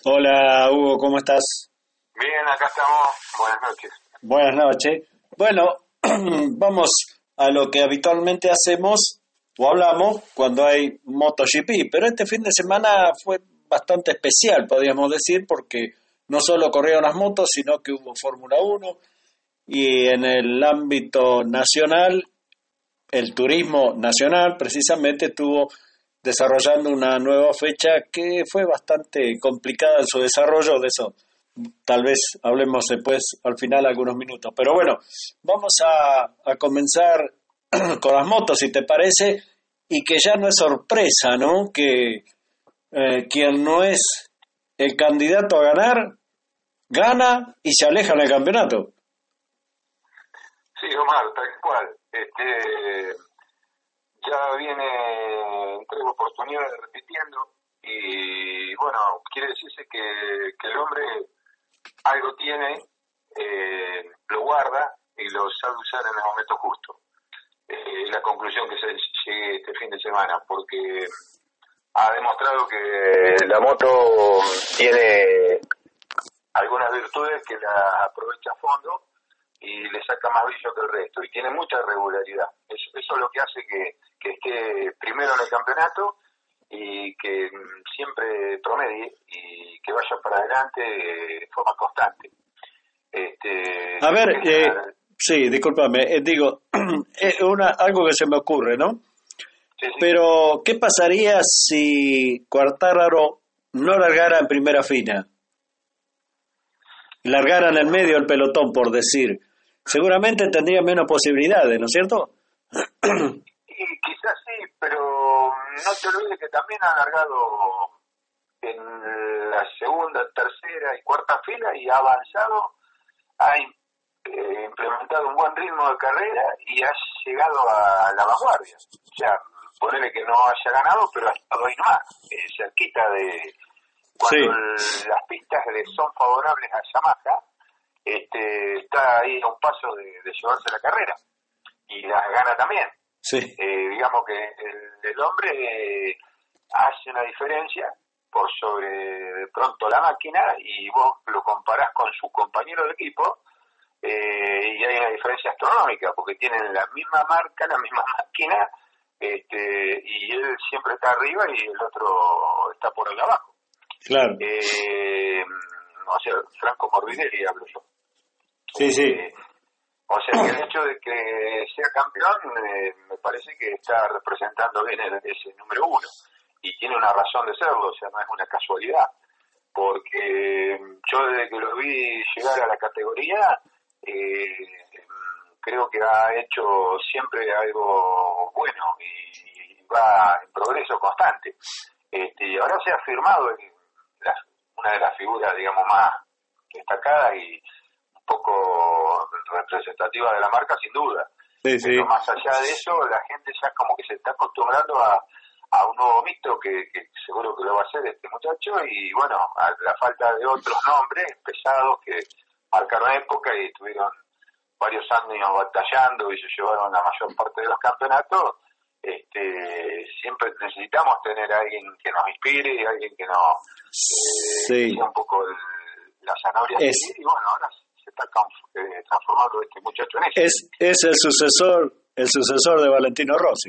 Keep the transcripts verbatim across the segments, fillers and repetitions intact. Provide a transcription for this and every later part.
Hola Hugo, ¿cómo estás? Bien, acá estamos. Buenas noches. Buenas noches. Bueno, vamos a lo que habitualmente hacemos o hablamos cuando hay MotoGP, pero este fin de semana fue bastante especial, podríamos decir, porque no solo corrieron las motos, sino que hubo Fórmula Uno y en el ámbito nacional, el turismo nacional precisamente estuvo desarrollando una nueva fecha que fue bastante complicada en su desarrollo. De eso tal vez hablemos después al final algunos minutos. Pero bueno, vamos a, a comenzar con las motos, si te parece, y que ya no es sorpresa, ¿no? Que eh, quien no es el candidato a ganar, gana y se aleja en el campeonato. Sí, Omar, tal cual. Este, ya viene en tres oportunidades repitiendo y bueno, quiere decirse que, que el hombre algo tiene, eh, lo guarda y lo sabe usar en el momento justo. Eh, la conclusión que se llegue este fin de semana, porque ha demostrado que la moto tiene algunas virtudes que la aprovecha a fondo y le saca más brillo que el resto, y tiene mucha regularidad. Eso, eso es lo que hace que, que esté primero en el campeonato y que siempre promedie y que vaya para adelante de forma constante. Este, A ver, eh, una... sí, discúlpame, eh, digo, es una, algo que se me ocurre, ¿no? Sí, sí. Pero, ¿qué pasaría si Quartararo no largara en primera fila? Largara en el medio del pelotón, por decir. Seguramente tendría menos posibilidades, ¿no es cierto? Y quizás sí, pero no te olvides que también ha largado en la segunda, tercera y cuarta fila y ha avanzado, ha eh, implementado un buen ritmo de carrera y ha llegado a la vanguardia. O sea, ponele que no haya ganado, pero ha estado ahí nomás, eh, cerquita de cuando Sí. el, las pistas le son favorables a Yamaha, este, está ahí a un paso de, de llevarse la carrera y la gana también. Sí. Eh, digamos que el, el hombre eh, hace una diferencia por sobre de pronto la máquina, y vos lo comparás con su compañero de equipo eh, y hay una diferencia astronómica porque tienen la misma marca, la misma máquina, este, y él siempre está arriba y el otro está por ahí abajo. Claro. Eh, o sea, Franco Morbidelli hablo yo. Sí, sí. Eh, O sea que el hecho de que sea campeón eh, me parece que está representando bien el, ese número uno. Y tiene una razón de serlo, o sea, no es una casualidad. Porque yo desde que lo vi llegar a la categoría, eh, creo que ha hecho siempre algo bueno y, y va en progreso constante. Este, y ahora se ha firmado en la, una de las figuras, digamos, más destacadas y poco representativa de la marca, sin duda. Sí, sí. Pero más allá de eso, la gente ya como que se está acostumbrando a, a un nuevo mito que, que seguro que lo va a hacer este muchacho, y bueno, a la falta de otros nombres pesados que marcaron época y estuvieron varios años batallando y se llevaron la mayor parte de los campeonatos. Este, siempre necesitamos tener a alguien que nos inspire, alguien que nos eh, sí. sea un poco el, la zanahoria es, seguir, y bueno, ahora se está eh, transformando este muchacho en eso. Es, es el sucesor, el sucesor de Valentino Rossi.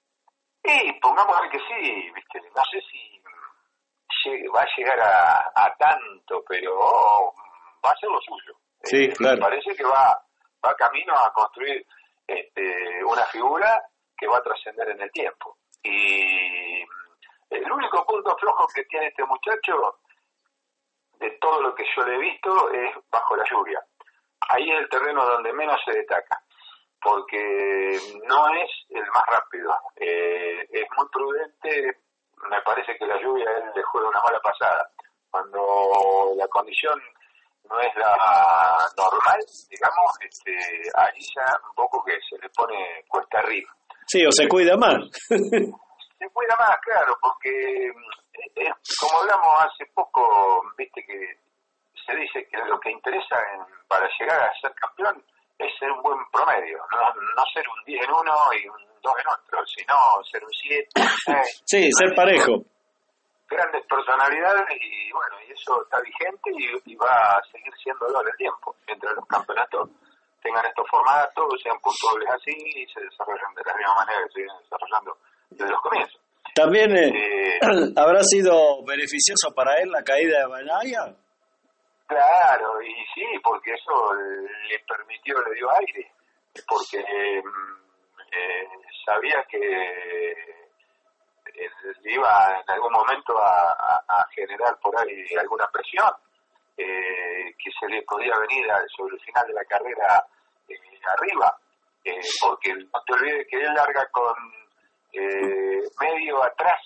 Y pongamos que sí, viste, no sé si llegue, va a llegar a, a tanto, pero oh, va a ser lo suyo. Sí, eh, claro. Me parece que va, va camino a construir este, una figura que va a trascender en el tiempo. Y el único punto flojo que tiene este muchacho, de todo lo que yo le he visto, es bajo la lluvia. Ahí es el terreno donde menos se destaca, porque no es el más rápido, eh, es muy prudente. Me parece que la lluvia a él le juega una mala pasada. Cuando la condición no es la normal, digamos, este, ahí ya un poco que se le pone cuesta arriba. Sí, o se cuida más. Se cuida más, claro, porque eh, como hablamos hace poco, viste que se dice que lo que interesa en, para llegar a ser campeón es ser un buen promedio, no, no ser un diez en uno y un dos en otro, sino ser un siete, un seis. Sí, ser parejo. grandes personalidades y bueno, y eso está vigente y, y va a seguir siéndolo en el tiempo, mientras los campeonatos tengan estos formatos, sean puntuables así y se desarrollan de la misma manera que se vienen desarrollando desde los comienzos. ¿También eh, Eh, habrá sido beneficioso para él la caída de Banaya? Claro, y sí, porque eso le permitió, le dio aire, porque eh, eh, sabía que eh, iba en algún momento a, a, a generar por ahí alguna presión, eh, que se le podía venir a, sobre el final de la carrera eh, arriba, eh, porque no te olvides que él larga con eh, medio atrás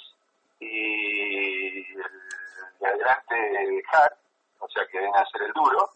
y el de adelante Hart, o sea que viene a ser el duro,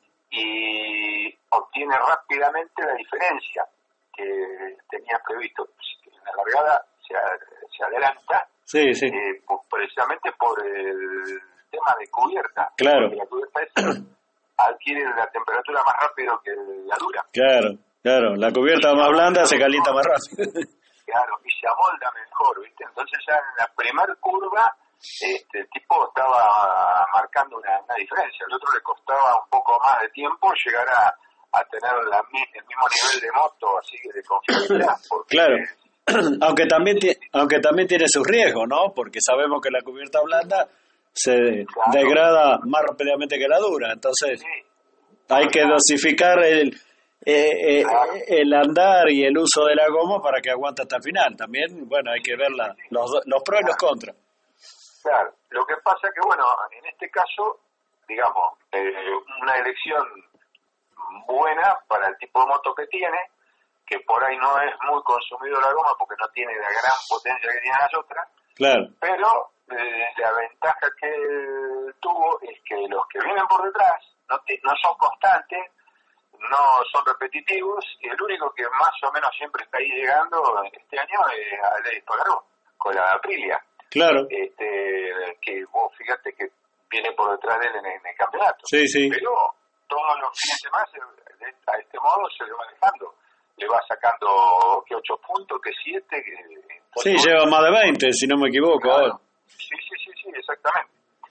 y obtiene rápidamente la diferencia que tenía previsto. En la largada se, se adelanta, sí, sí. Eh, pues precisamente por el tema de cubierta. Claro. Porque la cubierta esa adquiere la temperatura más rápido que la dura. Claro, claro. La cubierta más blanda se calienta más rápido. Claro, y se amolda mejor, ¿viste? Entonces ya en la primera curva este, el tipo estaba marcando una, una diferencia. Al otro le costaba un poco más de tiempo llegar a, a tener la, el mismo nivel de moto, así que de confiabilidad. Porque, claro, aunque también, ti- aunque también tiene sus riesgos, ¿no? Porque sabemos que la cubierta blanda se claro, degrada más rápidamente que la dura, entonces sí, hay que dosificar el, eh, eh, claro. el andar y el uso de la goma para que aguante hasta el final. También, bueno, hay que ver la, los, do- los pros y los contras. Claro, lo que pasa que, bueno, en este caso, digamos, eh, una elección buena para el tipo de moto que tiene, que por ahí no es muy consumido la goma porque no tiene la gran potencia que tienen las otras, Claro, pero eh, la ventaja que él tuvo es que los que vienen por detrás no, te, no son constantes, no son repetitivos, y el único que más o menos siempre está ahí llegando este año es Alex Pagaró, con la Aprilia. claro. Este, que vos fíjate que viene por detrás de él en, en el campeonato. Sí, sí. Pero todos los fines de semana se- a este modo se le va dejando. Le va sacando que ocho puntos, que siete. Que, Sí, entonces, lleva más de veinte, si no me equivoco. claro. ahora. Sí, sí, sí, sí, exactamente.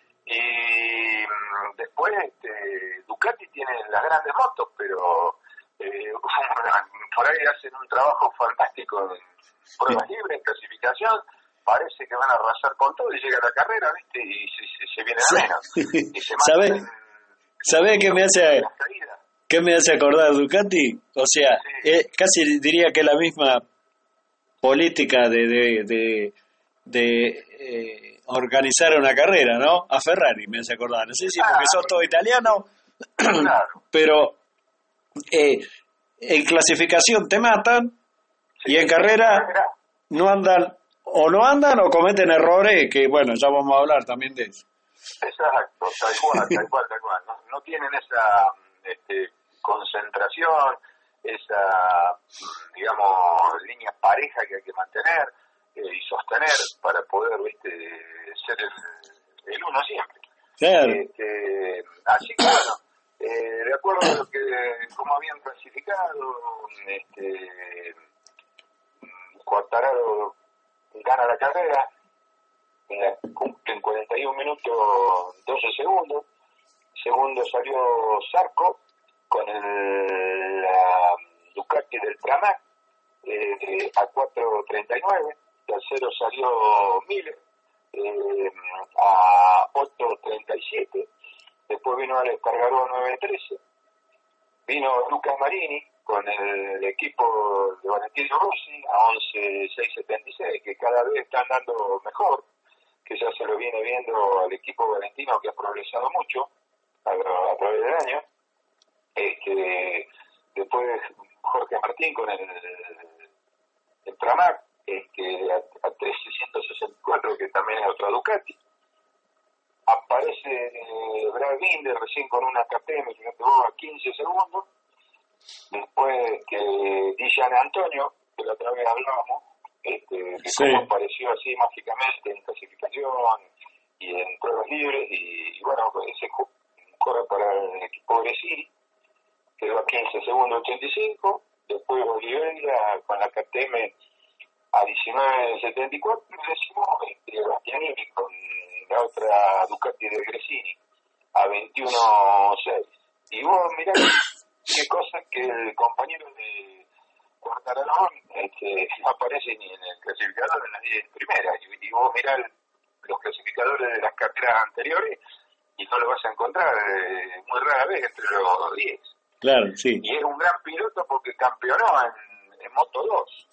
Y mm, después este, Ducati tiene las grandes motos, pero eh, por ahí hacen un trabajo fantástico en pruebas libres, en clasificación. Parece que van a arrasar con todo y llega la carrera, ¿viste? Y se, se, se viene a menos. Y se ¿Sabe, matan ¿sabe qué me hace, las caídas. qué me hace acordar Ducati? O sea, Sí. eh, casi diría que la misma política de, de, de, de eh, organizar una carrera, ¿no? A Ferrari me hace acordar. No sé si porque sos todo italiano, Claro. pero eh, en clasificación te matan y en carrera no andan, o no andan o cometen errores que, bueno, ya vamos a hablar también de eso. Exacto, tal cual, tal cual, tal cual. No, no tienen esa este, concentración, esa, digamos, línea pareja que hay que mantener eh, y sostener para poder, viste, ser el, el uno siempre. Claro. Este, así que bueno, eh, de acuerdo a lo que, como habían clasificado, este, Quartararo gana la carrera, eh, cumple en cuarenta y un minutos doce segundos. Segundo salió Zarco con el la Ducati del Pramac eh, a cuatro treinta y nueve. Tercero salió Miller eh, a ocho treinta y siete. Después vino Alex Espargaró a nueve trece. Vino Lucas Marini con el equipo de Valentino Rossi a once seis setenta y seis, que cada vez están dando mejor, que ya se lo viene viendo al equipo Valentino, que ha progresado mucho a, a través del año. Este, después Jorge Martín con el, el Pramac, este, a, a trescientos sesenta y cuatro, que también es otra Ducati. Aparece eh, Brad Binder recién con una K T M, fíjate vos, a quince segundos. Después que Dijan Antonio, que la otra vez hablábamos, este, que Sí. como apareció así mágicamente en clasificación y en pruebas libres, y, y bueno, pues ese co- corre para el equipo Bresini, quedó a quince segundos ochenta y cinco. Después Oliveira con la K T M a diecinueve setenta y cuatro, y decimos este, Bastianini con la otra Ducati de Gresini a veintiuno seis. Y vos mirá qué cosa que el compañero de Quartararo este, no aparece ni en el clasificador en las diez primeras. Y, y vos mirá los clasificadores de las carreras anteriores y no lo vas a encontrar eh, muy rara vez entre los diez. Claro, sí. Y es un gran piloto porque campeonó en, en Moto dos.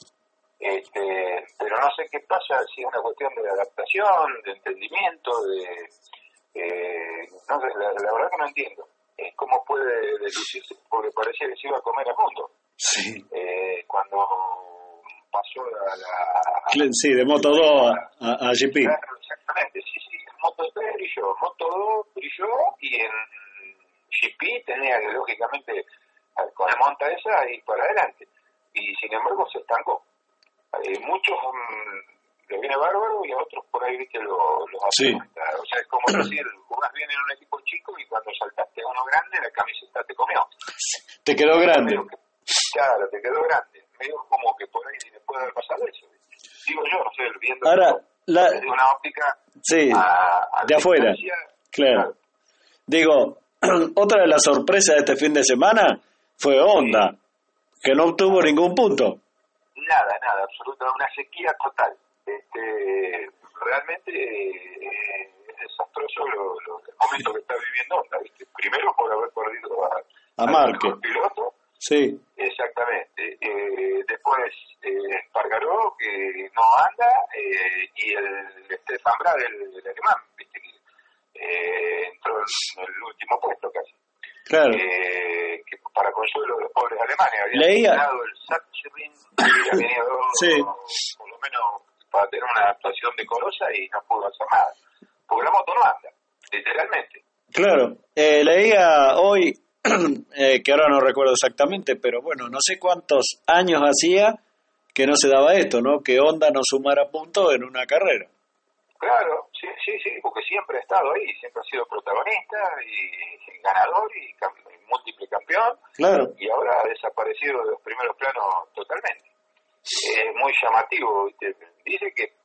Este, pero no sé qué pasa, si es una cuestión de adaptación, de entendimiento, de... Eh, no sé, la, la verdad que no entiendo. Eh, ¿Cómo puede deducirse? Porque parecía que se iba a comer a mundo. Sí. Eh, cuando pasó a la... Sí, de Moto dos a, a, a G P. Claro, exactamente, sí, sí. En Moto tres brilló, Moto dos brilló y en G P tenía que, lógicamente, con la monta esa ir para adelante. Y sin embargo se estancó. Eh, muchos um, le viene bárbaro y a otros por ahí, viste, lo, los sí. apunta. O sea, es como decir, jugás bien en un equipo chico y cuando saltaste a uno grande, la camiseta te comió. Te quedó grande. Que, claro, te quedó grande. Medio como que por ahí le puede haber pasado eso. Digo yo, no sé, viendo ahora, la... desde una óptica sí, a, a de afuera. Claro. claro. Digo, otra de las sorpresas de este fin de semana fue Honda, sí. que no obtuvo ningún punto. Nada, nada, absolutamente una sequía total. Este, realmente eh, es desastroso lo, lo, el momento que está viviendo Honda, ¿viste? Primero por haber perdido a, a Márquez, piloto. Sí. Exactamente. Eh, después eh, Espargaró, que no anda, eh, y el este, Zambra del, del alemán, ¿viste? Que eh, entró en el último puesto casi. Claro. Eh, que para consuelo de los pobres alemanes habían Leía ganado el Sachsenring y habían ido sí. por lo menos para tener una actuación decorosa y no pudo hacer nada porque la moto no anda, literalmente. Claro, eh, leía hoy eh, que ahora no recuerdo exactamente, pero bueno, no sé cuántos años hacía que no se daba esto, ¿no? Que Honda no sumara puntos en una carrera. Claro, sí, sí, sí, porque siempre ha estado ahí, siempre ha sido protagonista y, y ganador y, y múltiple campeón. Claro. Y ahora ha desaparecido de los primeros planos totalmente. Es muy llamativo, ¿viste? Dice que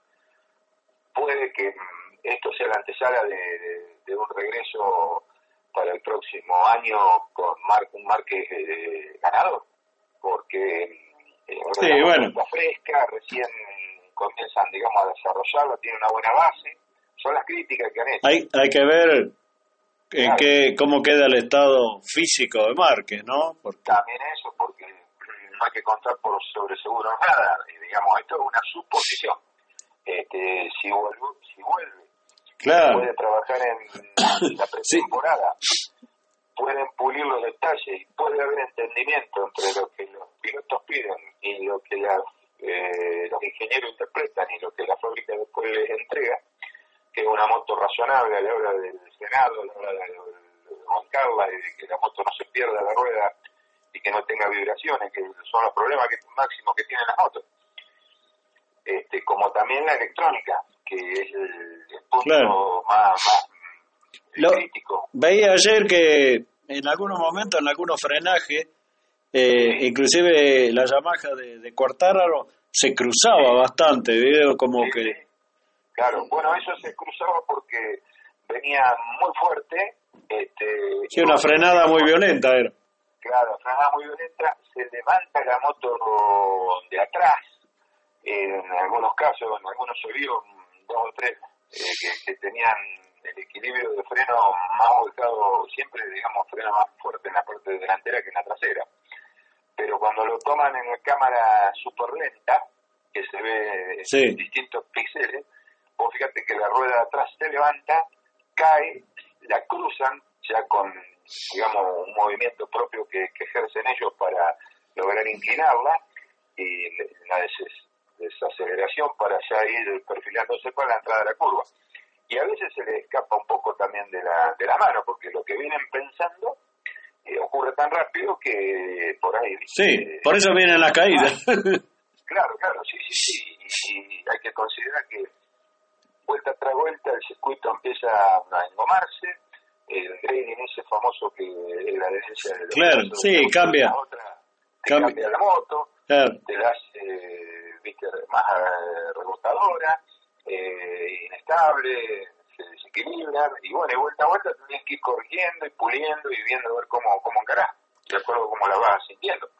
puede que esto sea la antesala de, de, de un regreso para el próximo año con Mar, un Márquez eh, ganador, porque eh, sí, la bueno. está fresca, recién comienzan, digamos, a desarrollarla, tiene una buena base. Son las críticas que han hecho. Hay, hay que ver en claro. qué, cómo queda el estado físico de Márquez, ¿no? Porque... También eso, porque no hay que contar por sobre seguro nada. Y, digamos, esto es una suposición. Este, si vuelve, si vuelve claro. puede trabajar en la pretemporada, sí. pueden pulir los detalles, puede haber entendimiento entre lo que los pilotos piden y lo que las Eh, los ingenieros interpretan y lo que la fábrica después les entrega, que es una moto razonable a la hora del frenado, a la hora de, de bancarla y de que la moto no se pierda la rueda y que no tenga vibraciones, que son los problemas que, máximos que tienen las motos. Este, como también la electrónica, que es el, el punto claro. más, más lo, crítico. Veía ayer que en algunos momentos, en algunos frenajes, Eh, sí. inclusive la Yamaha de, de Quartararo se cruzaba sí. bastante, veo como sí, que sí. Claro, bueno, eso se cruzaba porque venía muy fuerte, este, sí, una frenada muy violenta era. Claro, frenada muy violenta, se levanta la moto de atrás, en algunos casos, en algunos se vio dos o tres eh, que, que tenían el equilibrio de freno más volcado, siempre digamos freno más fuerte en la parte delantera que en la trasera. Pero cuando lo toman en la cámara super lenta, que se ve sí. en distintos píxeles, vos fíjate que la rueda de atrás se levanta, cae, la cruzan ya con, digamos, un movimiento propio que, que ejercen ellos para lograr inclinarla, y la des- desaceleración para ya ir perfilándose para la entrada de la curva. Y a veces se le escapa un poco también de la, de la mano, porque lo que vienen pensando Eh, ocurre tan rápido que por ahí... Sí, eh, por eso vienen las caídas. Claro, claro, sí, sí, sí. Y, y hay que considerar que vuelta tras vuelta el circuito empieza a engomarse, el grading ese famoso que es la adherencia de los claro, brazos, sí, de cambia. La otra, te cambia. cambia la moto, claro. te la hace viste, más rebotadora, eh, inestable, se, se desequilibran, y bueno, y vuelta a vuelta tenés que ir corrigiendo y puliendo y viendo a ver cómo, cómo encarás, de acuerdo a cómo la vas sintiendo.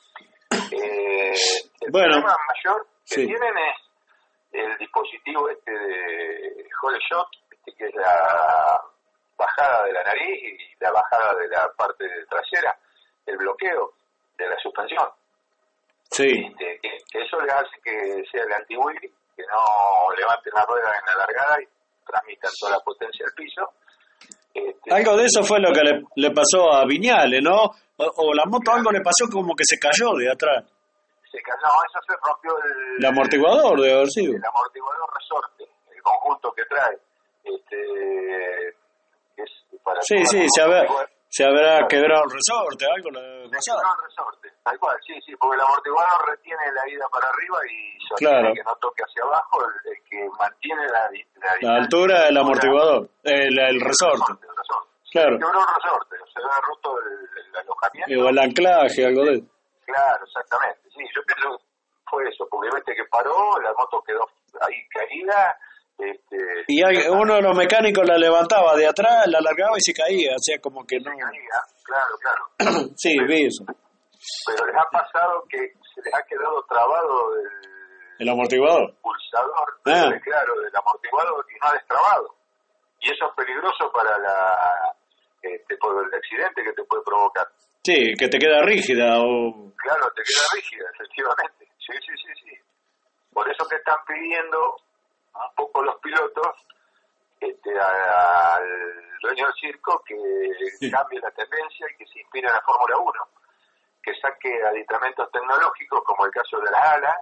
Eh, el bueno, problema mayor que sí. tienen es el dispositivo este de Hole Shot, este que es la bajada de la nariz y la bajada de la parte trasera, el bloqueo de la suspensión. Sí. Este, que, que eso le hace que sea el anti-wheel, que no levanten la rueda en la largada y transmitan toda la potencia al piso. Este, algo de eso fue lo que le, le pasó a Viñales, ¿no? O, o la moto algo le pasó como que se cayó de atrás. Se cayó, no, eso se rompió el, el amortiguador debe haber sido. El amortiguador resorte, el conjunto que trae. Este, es para sí, sí, se habrá, se habrá quebrado el resorte, algo le pasó. el resorte, tal cual, sí, sí, porque el amortiguador retiene la ida para arriba y sostiene claro. que no toque hacia abajo, el, el que mantiene la, la, la altura del amortiguador, el, el, el resorte. resorte, el resorte. Claro. Se quebró el resorte, se ha roto el, el alojamiento. O el anclaje, algo de eso. Claro, exactamente, sí, yo pienso que fue eso, porque viste que paró, la moto quedó ahí caída. Este, y hay, uno de los mecánicos la levantaba de atrás, la alargaba y se caía, o sea, como que no... Se caía, claro, claro. sí, pero, vi eso. Pero les ha pasado que se les ha quedado trabado el, ¿El amortiguador? El pulsador, ah. el, claro, del amortiguador y no ha destrabado. Y eso es peligroso para la este, por el accidente que te puede provocar. Sí, que te queda rígida o... Claro, te queda rígida, efectivamente. Sí, sí, sí, sí. Por eso que están pidiendo un poco los pilotos este, a, al dueño del circo que sí. cambie la tendencia y que se inspire en la Fórmula uno, que saque aditamentos tecnológicos como el caso de las alas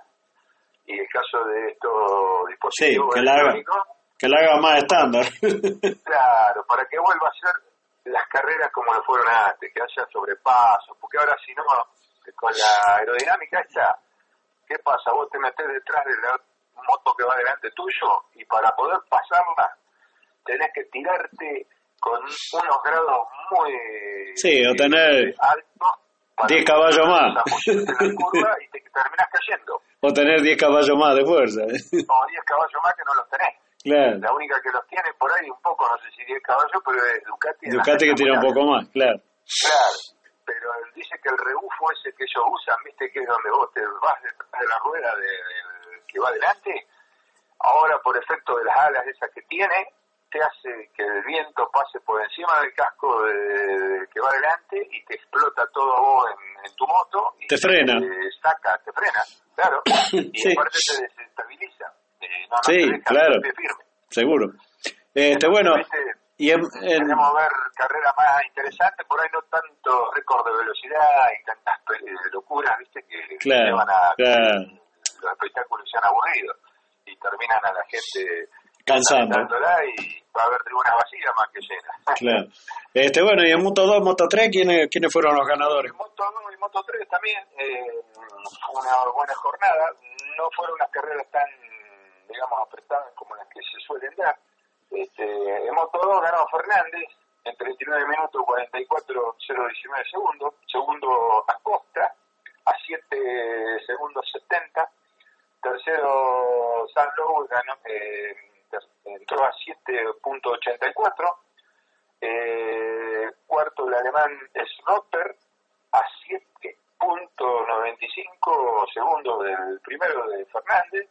y el caso de estos dispositivos sí, que electrónicos. La haga, que la haga más estándar. Claro, para que vuelva a ser las carreras como lo fueron antes, que haya sobrepasos, porque ahora si no, con la aerodinámica está, ¿qué pasa? Vos te metés detrás de la moto que va delante tuyo y para poder pasarla tenés que tirarte con unos grados muy sí, o tener altos diez caballos más en la curva y te terminás cayendo, o tener diez caballos más de fuerza o diez caballos más que no los tenés. Claro. La única que los tiene por ahí un poco, no sé si diez caballos, pero es Ducati. Ducati que tira un poco más, claro. Claro, pero él dice que el rebufo ese que ellos usan, viste que es donde vos te vas detrás de la rueda de, de, que va adelante, ahora por efecto de las alas esas que tiene, te hace que el viento pase por encima del casco de, de que va adelante y te explota todo a vos en, en tu moto. Y te frena. Te saca, te frena, claro, y sí. aparte te desestabiliza. Eh, no, no sí, te deja claro, firme. Seguro. Este, bueno, ¿viste? y en, en... queremos ver carreras más interesantes, por ahí no tanto récord de velocidad y tantas eh, locuras, viste, que claro, llevan a claro. los espectáculos sean aburridos y terminan a la gente cansando y va a haber tribunas vacías más que llenas. Claro. Este, bueno, y en Moto dos, Moto tres, ¿quiénes, quiénes fueron los ganadores? En Moto dos y Moto tres también eh, fue una buena jornada, no fueron unas carreras tan, digamos, apretadas como las que se suelen dar. Este, en Moto dos ganó Fernández en treinta y nueve minutos cuarenta y cuatro cero diecinueve segundos, segundo Acosta a siete segundos setenta, tercero San Lowe ganó, eh, entró a siete punto ochenta y cuatro, eh, cuarto el alemán Schrotter a siete punto noventa y cinco segundos del primero de Fernández,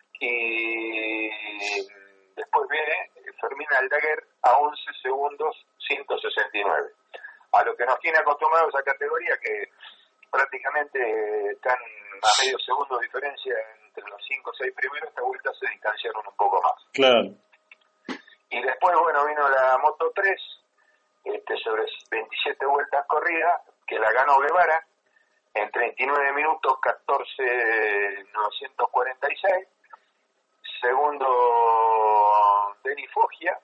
y después viene Fermín Aldaguer a once segundos ciento sesenta y nueve. A lo que nos tiene acostumbrados a categoría, que prácticamente están a medio segundo de diferencia entre los cinco o seis primeros, esta vuelta se distanciaron un poco más. Claro. Y después, bueno, vino la Moto tres, este, sobre veintisiete vueltas corridas, que la ganó Guevara en treinta y nueve minutos catorce novecientos cuarenta y seis. Segundo, Denis Foggia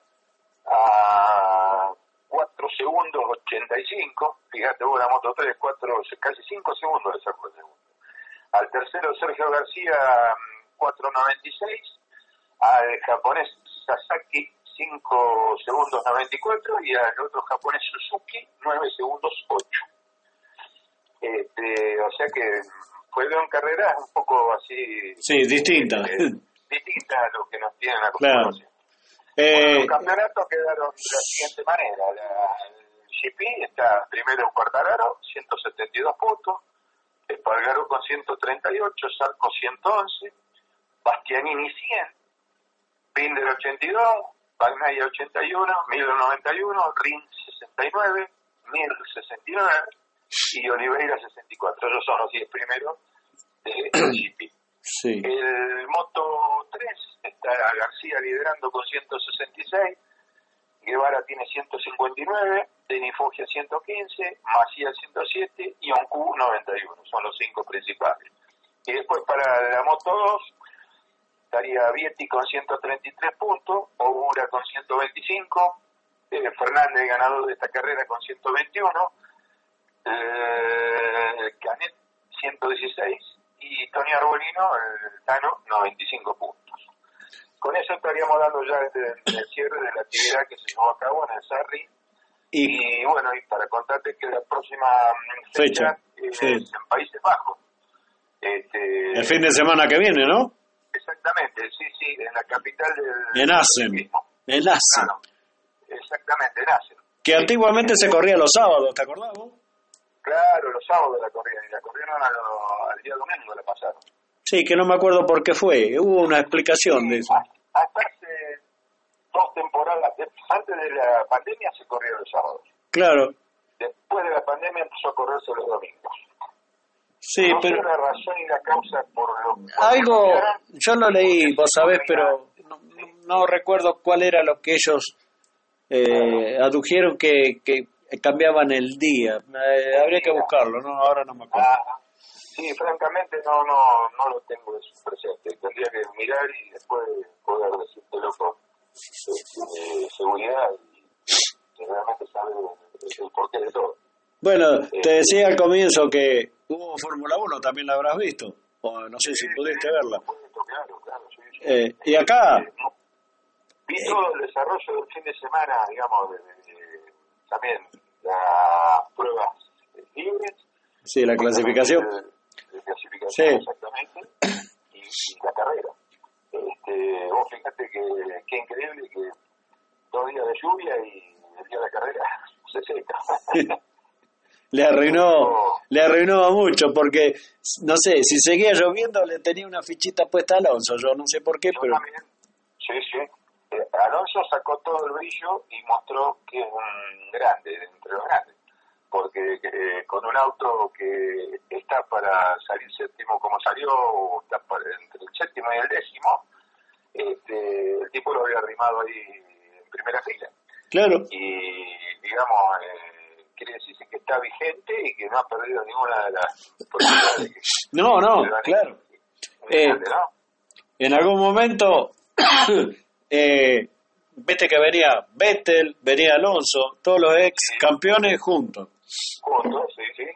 a cuatro segundos ochenta y cinco. Fíjate vos, la Moto tres, cuatro, casi cinco segundos de sacó el segundo. Al tercero, Sergio García, cuatro noventa y seis. Al japonés Sasaki, cinco segundos noventa y cuatro. Y al otro japonés Suzuki, nueve segundos ocho. Este, o sea que fueron carreras un poco así. Sí, distintas. Eh, distintas a lo que nos tienen acostumbrados. Claro. Eh, bueno, los campeonatos quedaron de la siguiente manera. La, el G P está primero en Quartararo, ciento setenta y dos puntos, Espargaró con ciento treinta y ocho, Zarco ciento once, Bastianini cien, Binder ochenta y dos, Bagnaia ochenta y uno, Miller noventa y uno, Rins sesenta y nueve, Mir sesenta y nueve y Oliveira sesenta y cuatro. Esos son los diez primeros del G P. Sí. El Moto tres está García liderando con ciento sesenta y seis, Guevara tiene ciento cincuenta y nueve, Denis Foggia ciento quince, Maciel ciento siete y Oncu noventa y uno. Son los cinco principales. Y después para la Moto dos estaría Vietti con ciento treinta y tres puntos, Ogura con ciento veinticinco, eh, Fernández ganador de esta carrera con ciento veintiuno, eh, Canet ciento dieciséis y Tony Arbolino, el Tano, noventa y cinco puntos. Con eso estaríamos dando ya el, el cierre de la actividad que se llevó a cabo en el Sarri. Y, y bueno, y para contarte que la próxima fecha, fecha. Es sí. en Países Bajos. Este, el fin de semana que viene, ¿no? Exactamente, sí, sí, en la capital del... En Assen, en Assen. Claro, exactamente, en Assen. Que antiguamente se corría los sábados, ¿te acordás vos? Claro, los sábados la corrían, y la corrieron a lo, al día domingo, la pasaron. Sí, que no me acuerdo por qué fue, hubo una explicación sí, de eso. Hasta hace dos temporadas, antes de la pandemia se corría los sábados. Claro. Después de la pandemia empezó a correrse los domingos. Sí, no pero... sé la razón y la causa por lo por algo, yo lo leí, vos sabés, pero no, no recuerdo cuál era lo que ellos eh, adujeron que, que cambiaban el día. Eh, habría que buscarlo, ¿no? Ahora no me acuerdo. Ah, sí, francamente no no no lo tengo eso presente. Tendría que mirar y después poder decírtelo con eh, seguridad y, y realmente saber el, el porqué de todo. Bueno, eh, te decía al comienzo que hubo Fórmula uno, también la habrás visto, o no sé si sí, pudiste sí, verla. Claro, claro, sí, sí. Eh, y acá... Eh, no, vi eh, todo el desarrollo del fin de semana, digamos, de, de, de, también las pruebas libres. Sí, la clasificación. La clasificación, sí. Exactamente. Y, y la carrera. Este, vos fíjate que qué increíble que dos días de lluvia y el día de la carrera se seca. Le arruinó, le arruinó mucho porque, no sé, si seguía lloviendo le tenía una fichita puesta a Alonso, yo no sé por qué, yo pero... También. Sí, sí. Eh, Alonso sacó todo el brillo y mostró que es un grande, entre los grandes, porque eh, con un auto que está para salir séptimo como salió, o está para, entre el séptimo y el décimo, este, el tipo lo había arrimado ahí en primera fila. Claro. Y, digamos... Eh, quiere decirse que está vigente y que no ha perdido ninguna de las posibilidades. No, no, claro. Eh, grande, ¿no? En algún momento, eh, viste que venía Vettel, venía Alonso, todos los ex sí. campeones juntos. Juntos, sí, sí.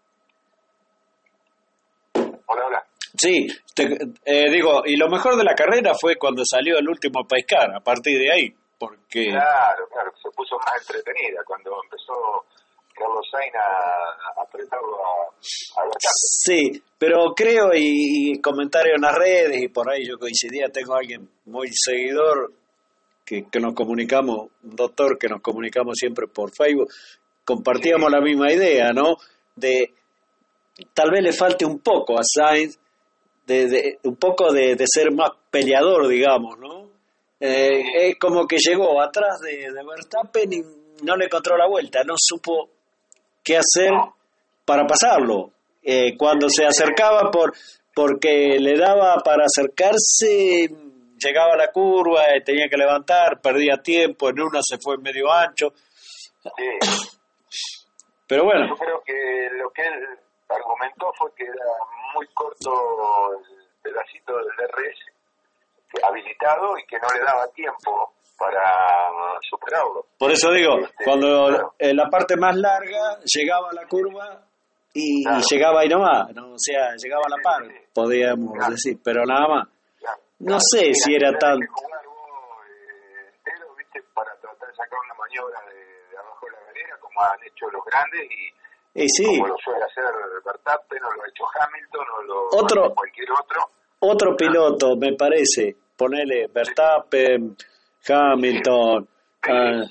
Hola, hola. Sí, te, eh, digo, y lo mejor de la carrera fue cuando salió el último Paiscar, a partir de ahí, porque... Claro, claro, se puso más entretenida cuando empezó... Carlos Sainz a, a apretarlo a, a la casa. Sí, pero creo, y, y comentario en las redes, y por ahí yo coincidía, tengo a alguien muy seguidor que, que nos comunicamos, un doctor que nos comunicamos siempre por Facebook, compartíamos sí. la misma idea, ¿no? De tal vez le falte un poco a Sainz, de, de, un poco de, de ser más peleador, digamos, ¿no? Eh, sí. Es como que llegó atrás de, de Verstappen y no le encontró la vuelta, no supo qué hacer para pasarlo. Eh, cuando se acercaba por porque le daba para acercarse, llegaba a la curva, eh, tenía que levantar, perdía tiempo, en una se fue medio ancho. Sí. Pero bueno. Yo creo que lo que él argumentó fue que era muy corto el pedacito del D R S habilitado y que no le daba tiempo para superarlo. Por eso digo, este, cuando claro. en la parte más larga llegaba a la curva y, claro. y llegaba ahí nomás, ¿no? O sea, llegaba a la par, sí, sí. podíamos claro. decir, pero nada más. Claro. No claro. sé Mira, si era tan... Que jugar vos, eh, entero, ¿viste? Para tratar de sacar una maniobra de, de abajo de la galera, como han hecho los grandes y, y sí. como lo suele hacer Verstappen, o lo ha hecho Hamilton, o lo otro, cualquier otro. Otro piloto, me parece, ponele Verstappen, Hamilton, uh,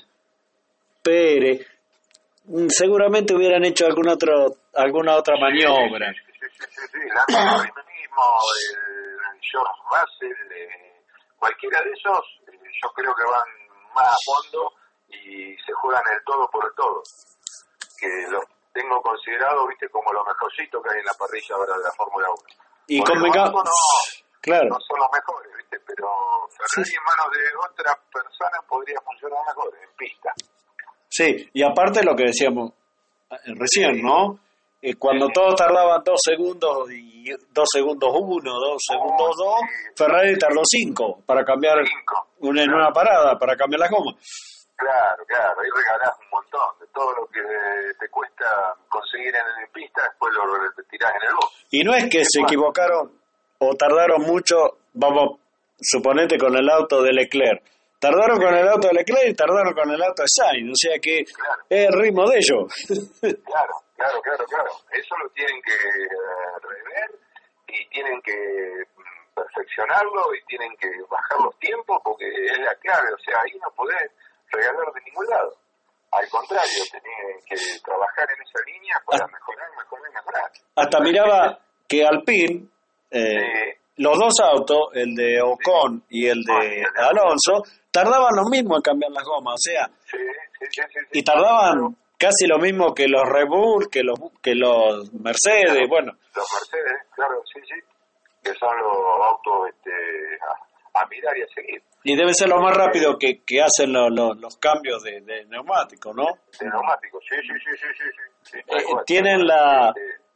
Pérez, seguramente hubieran hecho algún otro, alguna otra maniobra. Sí, sí, sí, sí, sí. Lando mismo, el George Russell, eh, cualquiera de esos, eh, yo creo que van más a fondo y se juegan el todo por el todo. Que los tengo considerado, viste, como lo mejorcito que hay en la parrilla ahora de la Fórmula uno. Y convengamos, no, claro. no son los mejores, viste, pero Ferrari sí. En manos de otras personas podría funcionar mejor en pista. Sí, y aparte lo que decíamos recién, sí. ¿no? Eh, cuando sí. todos tardaban dos segundos y dos segundos uno, dos segundos oh, dos, sí. Ferrari tardó cinco para cambiar cinco. Una, en claro. una parada, para cambiar la goma. Claro, claro, ahí regalás un montón de todo lo que te cuesta conseguir en, en pista, después lo, lo tirás en el box. Y no es que se equivocaron o tardaron mucho, vamos, suponete con el auto de Leclerc. Tardaron sí. con el auto de Leclerc y tardaron con el auto de Sainz, o sea que claro. es el ritmo de ellos. Claro, claro, claro, claro. Eso lo tienen que uh, rever y tienen que perfeccionarlo y tienen que bajar los tiempos porque es la clave, o sea, ahí no podés regalar de ningún lado. Al contrario, tenés que trabajar en esa línea para hasta, mejorar, mejorar, mejorar. Hasta miraba que Alpine, eh, sí. los dos autos, el de Ocon sí. y el de sí, Alonso, tardaban lo mismo en cambiar las gomas, o sea, sí, sí, sí, sí, y tardaban claro. casi lo mismo que los Red Bull, que los que los Mercedes, claro, bueno. Los Mercedes, claro, sí, sí, que son los autos este, a, a mirar y a seguir. Y debe ser lo más rápido que, que hacen lo, lo, los cambios de, de neumático, ¿no? De neumático, sí, sí, sí, sí, sí. sí. Eh, tienen la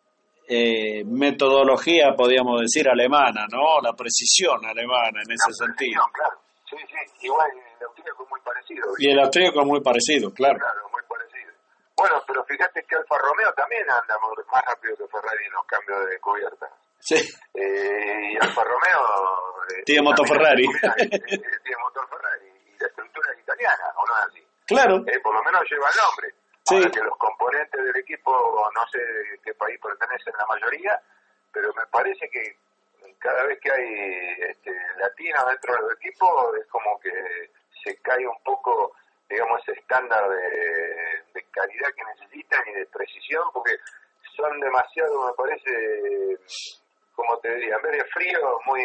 eh, metodología, podríamos decir, alemana, ¿no? La precisión alemana en ese la sentido. Claro, sí, sí, igual el austríaco es muy parecido. ¿Viste? Y el austríaco es muy parecido, claro. Claro, muy parecido. Bueno, pero fíjate que Alfa Romeo también anda más rápido que Ferrari en los cambios de cubierta. Sí. Eh, y Alfa Romeo eh, tiene motor Ferrari. Eh, eh, tiene motor Ferrari y la estructura es italiana, ¿o no es así? Claro. Eh, por lo menos lleva el nombre. Sí. Ahora que los componentes del equipo, no sé qué país pertenecen la mayoría, pero me parece que cada vez que hay este, latinos dentro del equipo es como que se cae un poco, digamos, ese estándar de, de calidad que necesitan y de precisión, porque son demasiado, me parece, como te diría, en vez de frío, muy,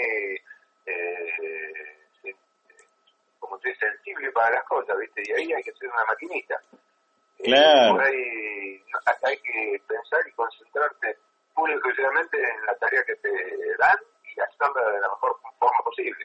eh, como te dice, sensible para las cosas, ¿viste? Y ahí hay que ser una maquinista. Claro. Eh, por ahí hay que pensar y concentrarte pura y exclusivamente en la tarea que te dan y hacerla de la mejor forma posible.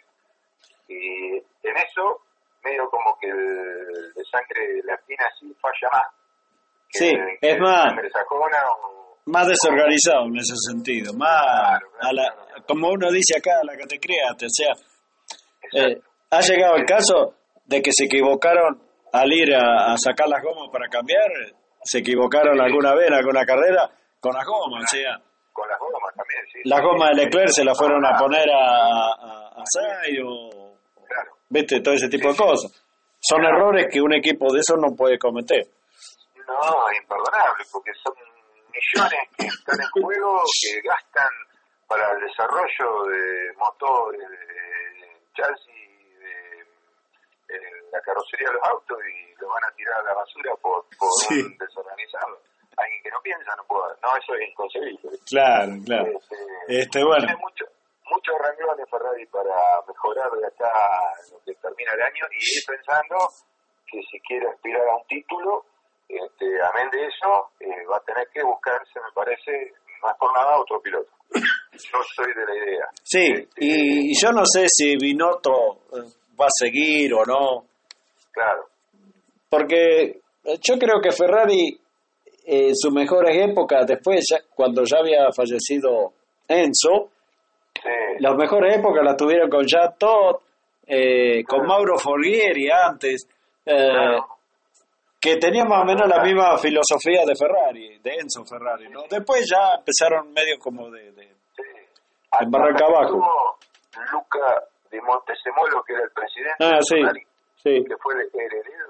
Y en eso, medio como que el de sangre latina sí falla más. Sí, que, es que más... sangre sajona o, más desorganizado en ese sentido, más claro, claro, a la, claro, claro. como uno dice acá, a la que te creaste, o sea, eh, ha llegado el caso de que se equivocaron al ir a, a sacar las gomas para cambiar, se equivocaron sí, alguna sí. vez en alguna carrera con las gomas, o sea, con las gomas también, sí. Las gomas de Leclerc se las fueron a poner a, a, a Sainz o, claro. viste, todo ese tipo sí, de cosas. Son claro. errores que un equipo de esos no puede cometer. No, imperdonable, porque son millones que están en juego, que gastan para el desarrollo de motores, de chasis, de, de la carrocería de los autos y lo van a tirar a la basura por, por sí. un desorganizado. Alguien que no piensa no puede, no, eso es inconcebible. Claro, claro. Este, este bueno. Tiene mucho, muchos renglones Ferrari para mejorar de acá a lo que termina el año y ir pensando que si quiere aspirar a un título, Este, amén de eso, eh, va a tener que buscarse, me parece, más por nada otro piloto. Yo soy de la idea. Sí, este, y, y yo no sé si Binotto va a seguir o no. Claro. Porque yo creo que Ferrari, en eh, sus mejores épocas, después, ya, cuando ya había fallecido Enzo, sí. las mejores épocas las tuvieron con Jacques Todt, eh, claro. con Mauro Forghieri antes. Eh, claro. Que tenía más o menos la misma filosofía de Ferrari, de Enzo Ferrari, ¿no? Después ya empezaron medio como de, de, sí. de barranca abajo. Luca de Montezemolo, que era el presidente ah, de sí, Ferrari, sí. que fue el heredero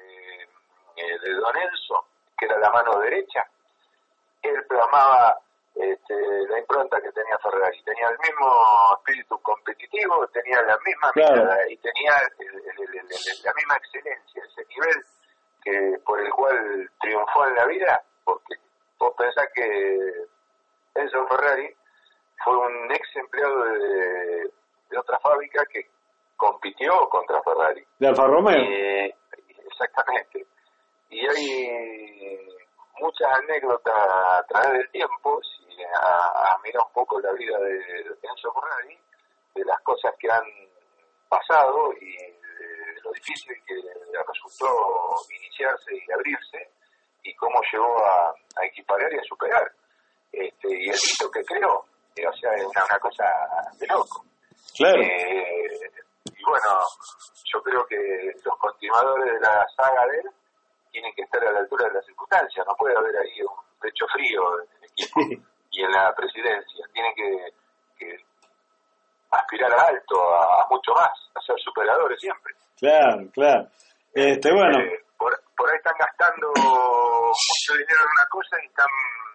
de, de Don Enzo, que era la mano derecha. Él plasmaba este, la impronta que tenía Ferrari. Tenía el mismo espíritu competitivo, tenía la misma claro. mirada y tenía el, el el, el, el, la misma excelencia, ese nivel que por el cual triunfó en la vida, porque vos pensás que Enzo Ferrari fue un ex empleado de, de otra fábrica que compitió contra Ferrari. De Alfa Romeo. Eh, exactamente. Y hay muchas anécdotas a través del tiempo, si a, a mirar un poco la vida de, de Enzo Ferrari, de las cosas que han pasado y de lo difícil que le resultó iniciarse y abrirse, y cómo llegó a, a equiparar y a superar. Este, y el hito que creó, eh, o sea, es una, una cosa de loco. Claro. Eh, y bueno, yo creo que los continuadores de la saga de él tienen que estar a la altura de las circunstancias. No puede haber ahí un pecho frío en el equipo y en la presidencia. Tienen que, que aspirar a alto, a, a mucho más, a ser superadores siempre. Claro, claro. Este, bueno. Eh, por, por ahí están gastando mucho dinero en una cosa y están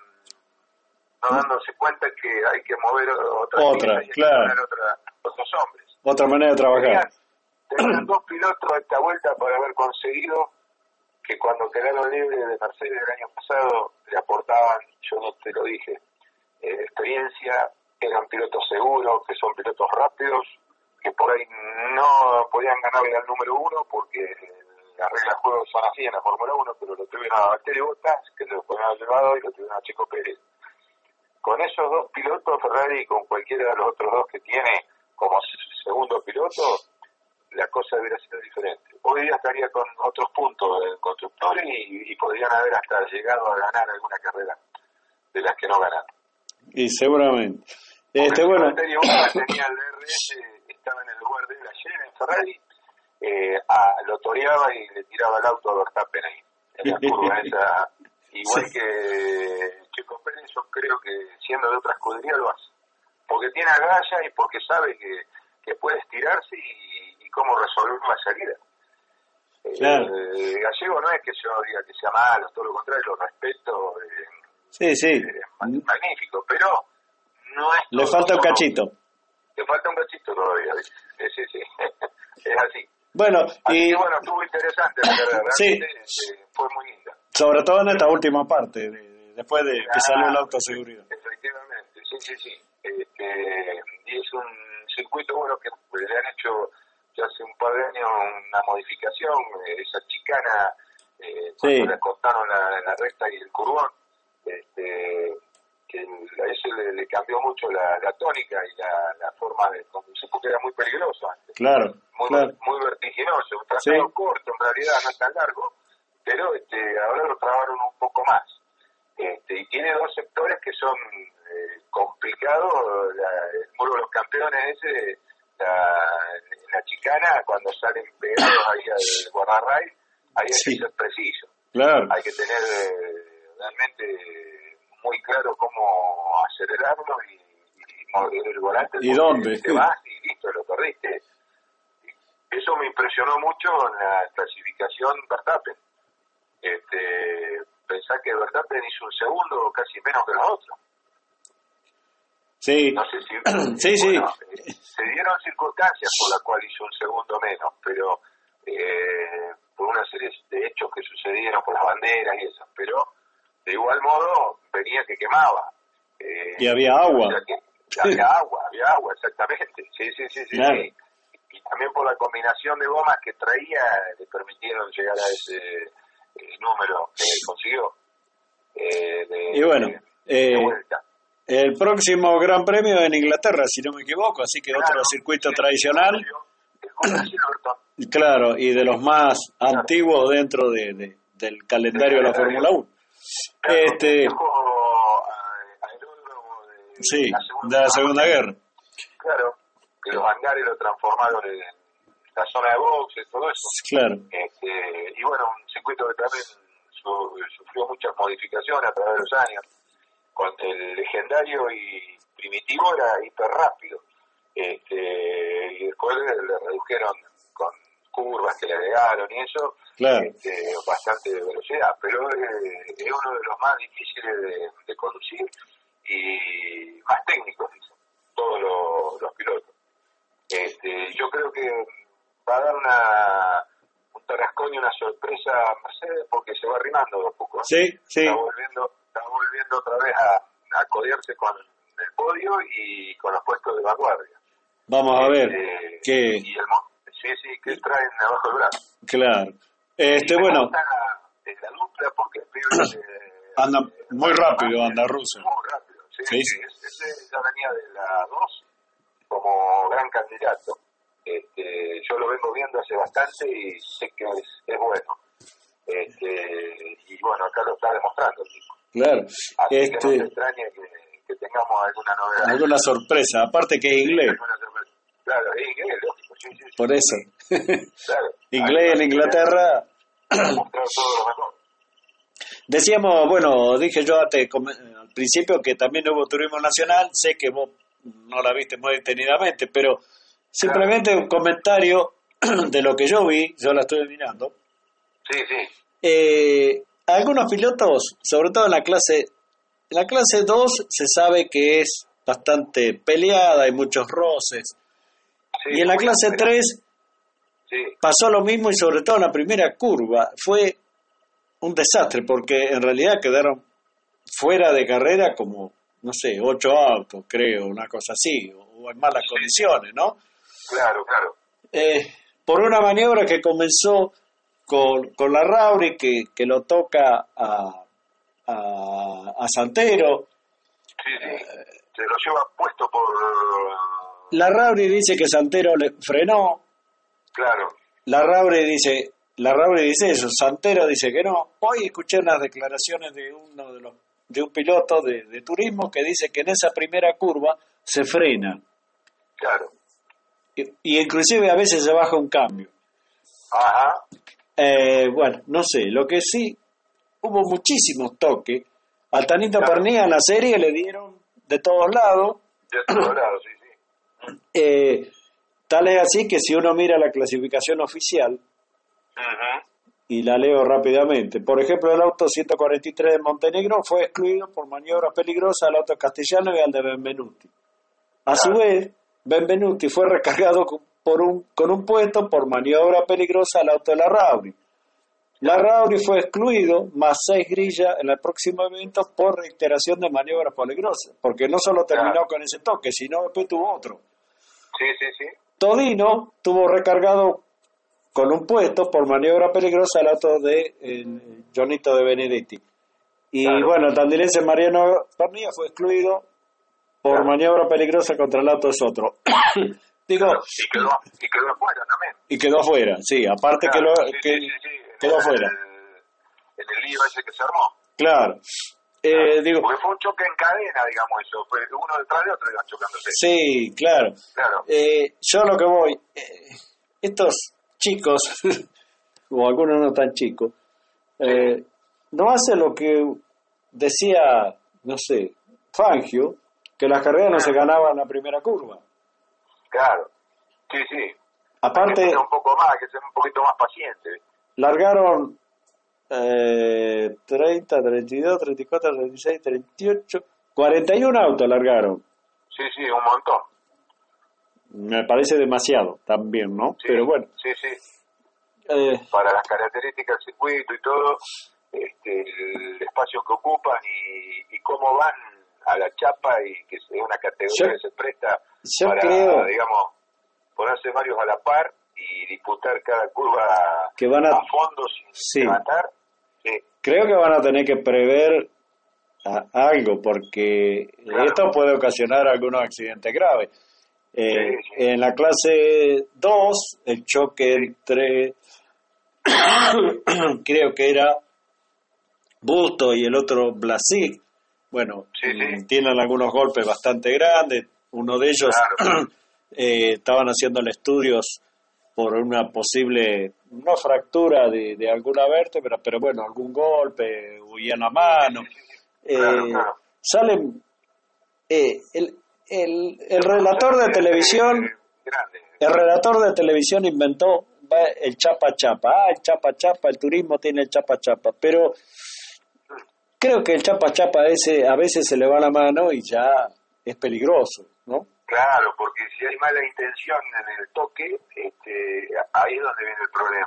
no dándose cuenta que hay que mover otra, otra y claro. hay que poner otra, otros hombres. Otra manera de trabajar. Tenían, tenían dos pilotos a esta vuelta por haber conseguido que cuando quedaron libres de Mercedes el año pasado le aportaban, yo no te lo dije, eh, experiencia, eran pilotos seguros, que son pilotos rápidos, que por ahí no podían ganarle al número uno porque las reglas de juego son así en la Fórmula uno, pero lo tuvieron a Valtteri Bottas, que se lo podían haber llevado, y lo tuvieron a Checo Pérez. Con esos dos pilotos, Ferrari, y con cualquiera de los otros dos que tiene como segundo piloto, la cosa hubiera sido diferente. Hoy día estaría con otros puntos en constructores y, y podrían haber hasta llegado a ganar alguna carrera de las que no ganaron. Y seguramente. Este, si bueno. Valtteri Bottas tenía el D R S, estaba en el lugar de él ayer en Ferrari, eh, a, lo toreaba y le tiraba el auto a Verstappen ahí, en la curva esa. Igual sí. que Checo Pérez, yo creo que siendo de otra escudería lo hace. Porque tiene agallas y porque sabe que, que puede estirarse y, y cómo resolver la salida. Claro. Eh, Gallego no es que yo diga que sea malo, todo lo contrario, lo respeto. Eh, sí, sí. Eh, magnífico, pero no es... Le falta un cachito. Le falta un cachito todavía, sí, sí, sí. Es así. Bueno, así y... que bueno, estuvo interesante la carrera, realmente sí. eh, fue muy linda. Sobre todo en esta última parte, de, después de que ah, salió el auto seguridad. Efectivamente, sí, sí, sí. Este, y es un circuito bueno que le han hecho ya hace un par de años una modificación, esa chicana, eh, cuando sí. le cortaron la, la recta y el curvón, este, que a eso le, le cambió mucho la, la tónica y la, la forma de conducir, porque era muy peligroso antes. Claro, muy, claro. muy vertiginoso, un trazado sí. corto, en realidad no es tan largo, pero este, ahora lo trabaron un poco más. Este, y tiene dos sectores que son eh, complicados, la, el muro de los campeones ese, la, la chicana, cuando salen pegados ahí al guardarray, ahí hay sí. que ser preciso. Claro. Hay que tener eh, realmente muy claro cómo acelerarlo y, y mover el volante. ¿Y dónde? Te vas y listo, lo perdiste. Eso me impresionó mucho en la clasificación Verstappen. Este, pensá que Verstappen hizo un segundo casi menos que los otros. Sí. No sé si... sí, bueno, sí. Eh, se dieron circunstancias por las cuales hizo un segundo menos, pero eh, por una serie de hechos que sucedieron, por las banderas y eso, pero de igual modo venía que quemaba. Eh, y había agua. O sea que, había agua, había agua, exactamente. Sí, sí, sí, sí. Claro. sí. Y también por la combinación de gomas que traía, le permitieron llegar a ese eh, número que consiguió. Eh, de, y bueno, de, eh, de vuelta. El próximo Gran Premio en Inglaterra, si no me equivoco, así que claro, otro circuito sí, tradicional. El claro, y de los más claro. antiguos dentro de, de, del calendario de la Fórmula uno. Claro, este, de sí, la segunda, de la Segunda Guerra. Claro, que los hangares lo transformaron en la zona de boxes, todo eso. Claro. Este, y bueno, un circuito que también su, sufrió muchas modificaciones a través de los años. Con el legendario y primitivo era hiper rápido. Este, y después le, le redujeron con curvas que le agregaron y eso, claro. este, bastante velocidad, pero eh, es uno de los más difíciles de, de conducir y más técnicos, dicen todos los, los pilotos. Este, yo creo que va a dar una propone una sorpresa a Mercedes porque se va arrimando de a poco. ¿eh? Sí, sí. Está volviendo, está volviendo otra vez a, a codearse con el podio y con los puestos de vanguardia. Vamos a ver. Eh, ¿Qué? Y el, sí, sí, que traen abajo el brazo. Claro. Este, bueno. La, la dupla porque el pibe eh, anda muy rápido, eh, anda ruso. Muy rápido, sí. Sí, sí. Ese ya venía de la dos como gran candidato. Este, yo lo vengo viendo hace bastante y sé que es, es bueno. Este, y bueno, acá lo está demostrando, chico. Claro. Así este... que no se extrañe que, que tengamos alguna novedad. Alguna sorpresa, aparte que es inglés. Claro, es inglés, lógico, sí, sí, sí. Por eso. Claro. Inglés en Inglaterra. Mostrar todo lo mejor. Decíamos, bueno, dije yo te, al principio que también hubo turismo nacional, sé que vos no la viste muy detenidamente, pero simplemente claro. Un comentario de lo que yo vi, yo la estuve mirando. Sí, sí. Eh, algunos pilotos, sobre todo en la clase, en la clase dos se sabe que es bastante peleada, hay muchos roces. Sí, y en la clase tres sí. Pasó lo mismo y sobre todo en la primera curva fue un desastre porque en realidad quedaron fuera de carrera como, no sé, ocho autos, creo, una cosa así, o en malas sí. condiciones, ¿no? Claro, claro. Eh, por una maniobra que comenzó con, con la Rauri, que, que lo toca a, a, a Santero. Sí, sí, eh, se lo lleva puesto por... La Rauri dice que Santero le frenó. Claro. La Rauri dice... La Rauri dice eso, Santero dice que no. Hoy escuché unas declaraciones de uno de los de un piloto de, de turismo que dice que en esa primera curva se frena. Claro. Y, y inclusive a veces se baja un cambio. Ajá. Eh, bueno, no sé, lo que sí, hubo muchísimos toques. Al Tanito claro. Pernía en la serie le dieron de todos lados. De todos lados, sí, sí. Eh, tal es así que si uno mira la clasificación oficial, ajá. Y la leo rápidamente. Por ejemplo, el auto ciento cuarenta y tres de Montenegro fue excluido por maniobra peligrosa al auto castellano y al de Benvenuti. A su vez, Benvenuti fue recargado por un, con un puesto por maniobra peligrosa al auto de la Rauri. La Rauri fue excluido, más seis grillas en el próximo evento por reiteración de maniobras peligrosas, porque no solo terminó claro. con ese toque, sino después tuvo otro. Sí, sí, sí. Todino tuvo recargado con un puesto por maniobra peligrosa al auto de el Jonito de Benedetti. Y claro. bueno, el tandilense Mariano Pernía fue excluido por claro. maniobra peligrosa contra el auto de Sotro. Digo, claro. y, quedó, y quedó afuera también. Y quedó afuera, sí, aparte claro, que, lo, sí, que sí, sí, sí. quedó afuera. En el lío ese que se armó. Claro. Eh, claro. digo, porque fue un choque en cadena, digamos eso. Fue uno detrás de otro iban chocándose. Sí, claro. claro. Eh, yo lo que voy, eh, estos chicos, o algunos no tan chicos, eh, sí. no hace lo que decía, no sé, Fangio, que las carreras no se ganaban en la primera curva. Claro, sí, sí. Aparte, que un poco más, que ser un poquito más paciente. Largaron eh, treinta, treinta y dos, treinta y cuatro, treinta y seis, treinta y ocho, cuarenta y uno autos largaron. Sí, sí, un montón. Me parece demasiado también, ¿no? Sí, pero bueno. Sí, sí. Eh, Para las características del circuito y todo, este, el espacio que ocupan y, y cómo van a la chapa y que es una categoría yo, que se presta yo para, creo, digamos, ponerse varios a la par y disputar cada curva que van a, a fondo sin sí. levantar. Sí. Creo que van a tener que prever a, algo porque claro. esto puede ocasionar algunos accidentes graves. Eh, sí, sí. En la clase dos, el choque sí. entre, creo que era Busto y el otro Blasic, bueno, sí, sí. tienen algunos golpes bastante grandes. Uno de ellos claro. eh, estaban haciéndole estudios por una posible, no fractura de, de alguna vértebra, pero bueno, algún golpe, huía en la mano. Eh, claro, claro. Salen, eh, el, el, el relator de televisión, el relator de televisión inventó el chapa chapa, ah, el chapa chapa, el turismo tiene el chapa chapa, pero creo que el chapa chapa ese a veces se le va la mano y ya es peligroso, ¿no? Claro, porque si hay mala intención en el toque, este, ahí es donde viene el problema. Y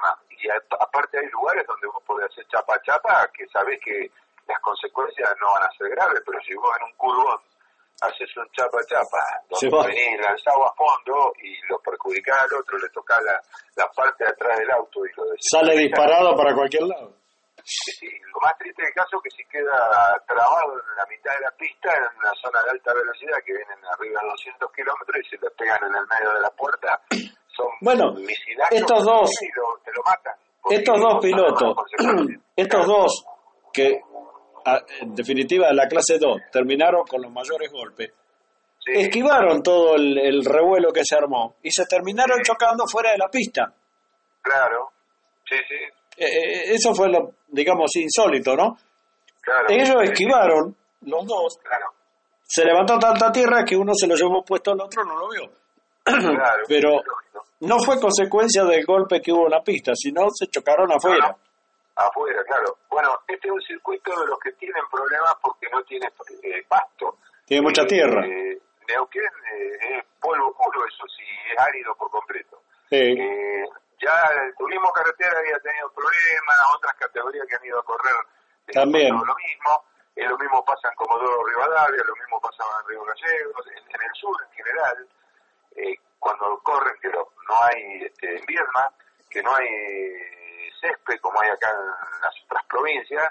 y a, aparte hay lugares donde vos podés hacer chapa chapa que sabés que las consecuencias no van a ser graves, pero si vos en un curvón haces un chapa chapa donde venís lanzado a fondo y lo perjudicás al otro, le tocás la, la parte de atrás del auto y lo sale disparado para cualquier lado. Sí, sí, lo más triste del caso es que si queda trabado en la mitad de la pista, en una zona de alta velocidad, que vienen arriba de doscientos kilómetros y se le pegan en el medio de la puerta, son bueno, misilazos estos dos, y lo, te lo matan. Estos dos pilotos, estos dos que a, en definitiva de la clase dos terminaron con los mayores golpes, sí. esquivaron todo el, el revuelo que se armó y se terminaron sí. chocando fuera de la pista. Claro, sí, sí. Eh, eso fue lo, digamos, insólito, ¿no? Claro, ellos esquivaron, los dos, claro. se levantó tanta tierra que uno se lo llevó puesto al otro, no lo vio. Claro, pero no fue consecuencia del golpe que hubo en la pista, sino se chocaron afuera. No, no. Afuera, claro. Bueno, este es un circuito de los que tienen problemas porque no tiene eh, pasto. Tiene mucha eh, tierra. Eh, Neuquén eh, es polvo puro, eso sí, es árido por completo. Sí. Eh, ya el turismo carretera había tenido problemas, otras categorías que han ido a correr eh, también lo mismo, eh, lo mismo pasa en Comodoro Rivadavia, lo mismo pasa en Río Gallegos, en, en el sur en general, eh, cuando corren, que lo, no hay este, en Viedma, que no hay césped como hay acá en las otras provincias,